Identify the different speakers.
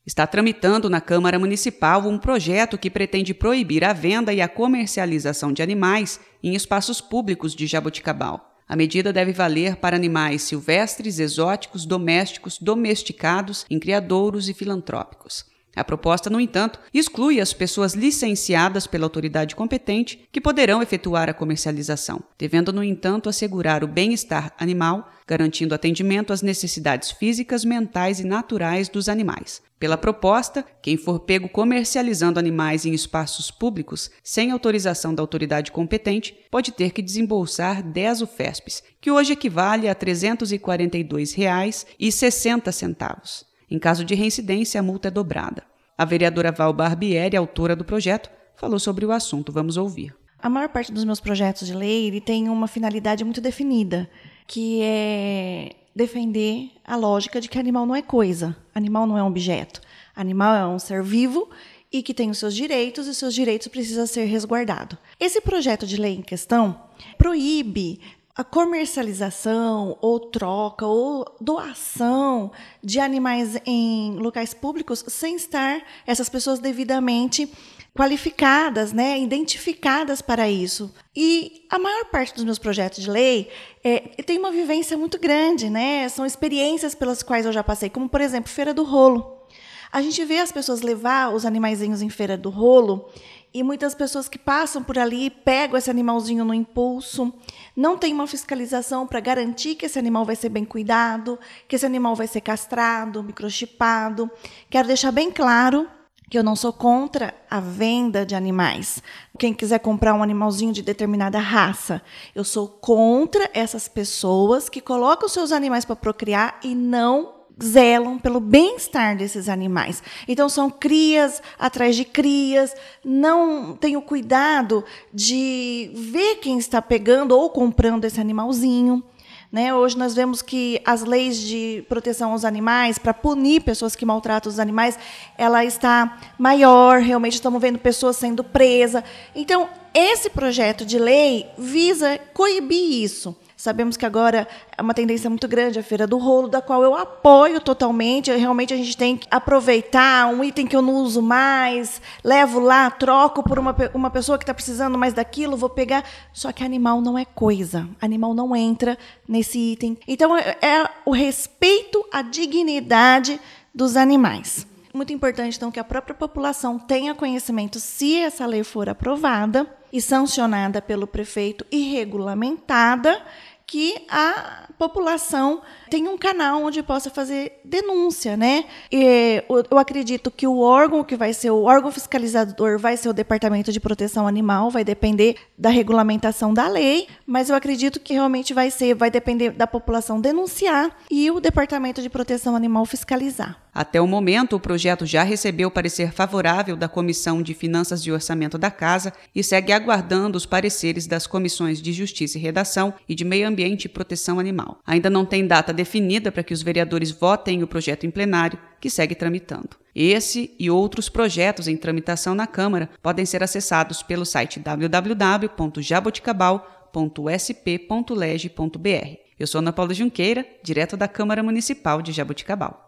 Speaker 1: Está tramitando na Câmara Municipal um projeto que pretende proibir a venda e a comercialização de animais em espaços públicos de Jaboticabal. A medida deve valer para animais silvestres, exóticos, domésticos, domesticados, em criadouros e filantrópicos. A proposta, no entanto, exclui as pessoas licenciadas pela autoridade competente que poderão efetuar a comercialização, devendo, no entanto, assegurar o bem-estar animal, garantindo atendimento às necessidades físicas, mentais e naturais dos animais. Pela proposta, quem for pego comercializando animais em espaços públicos sem autorização da autoridade competente pode ter que desembolsar 10 UFESPs, que hoje equivale a R$ 342,60. Em caso de reincidência, a multa é dobrada. A vereadora Val Barbieri, autora do projeto, falou sobre o assunto. Vamos ouvir.
Speaker 2: A maior parte dos meus projetos de lei ele tem uma finalidade muito definida, que é defender a lógica de que animal não é coisa, animal não é um objeto. Animal é um ser vivo e que tem os seus direitos, e os seus direitos precisam ser resguardados. Esse projeto de lei em questão proíbe a comercialização ou troca ou doação de animais em locais públicos sem estar essas pessoas devidamente qualificadas, identificadas para isso. E a maior parte dos meus projetos de lei tem uma vivência muito grande, são experiências pelas quais eu já passei, como, por exemplo, Feira do Rolo. A gente vê as pessoas levar os animaizinhos em Feira do Rolo e muitas pessoas que passam por ali pegam esse animalzinho no impulso, não tem uma fiscalização para garantir que esse animal vai ser bem cuidado, que esse animal vai ser castrado, microchipado. Quero deixar bem claro que eu não sou contra a venda de animais. Quem quiser comprar um animalzinho de determinada raça, eu sou contra essas pessoas que colocam os seus animais para procriar e não zelam pelo bem-estar desses animais. Então, são crias atrás de crias, não tem o cuidado de ver quem está pegando ou comprando esse animalzinho. Hoje nós vemos que as leis de proteção aos animais, para punir pessoas que maltratam os animais, ela está maior, realmente estamos vendo pessoas sendo presas. Então, esse projeto de lei visa coibir isso. Sabemos que agora é uma tendência muito grande a Feira do Rolo, da qual eu apoio totalmente. Realmente a gente tem que aproveitar um item que eu não uso mais, levo lá, troco por uma pessoa que está precisando mais daquilo, vou pegar. Só que animal não é coisa, animal não entra nesse item. Então, é o respeito à dignidade dos animais. Muito importante, então, que a própria população tenha conhecimento, se essa lei for aprovada e sancionada pelo prefeito e regulamentada, que a população tenha um canal onde possa fazer denúncia, E eu acredito que o órgão que vai ser o órgão fiscalizador vai ser o Departamento de Proteção Animal, vai depender da regulamentação da lei, mas eu acredito que realmente vai depender da população denunciar e o Departamento de Proteção Animal fiscalizar.
Speaker 1: Até o momento, o projeto já recebeu parecer favorável da Comissão de Finanças e Orçamento da Casa e segue aguardando os pareceres das Comissões de Justiça e Redação e de Meio Ambiente e Proteção Animal. Ainda não tem data definida para que os vereadores votem o projeto em plenário, que segue tramitando. Esse e outros projetos em tramitação na Câmara podem ser acessados pelo site www.jaboticabal.sp.leg.br. Eu sou Ana Paula Junqueira, direto da Câmara Municipal de Jaboticabal.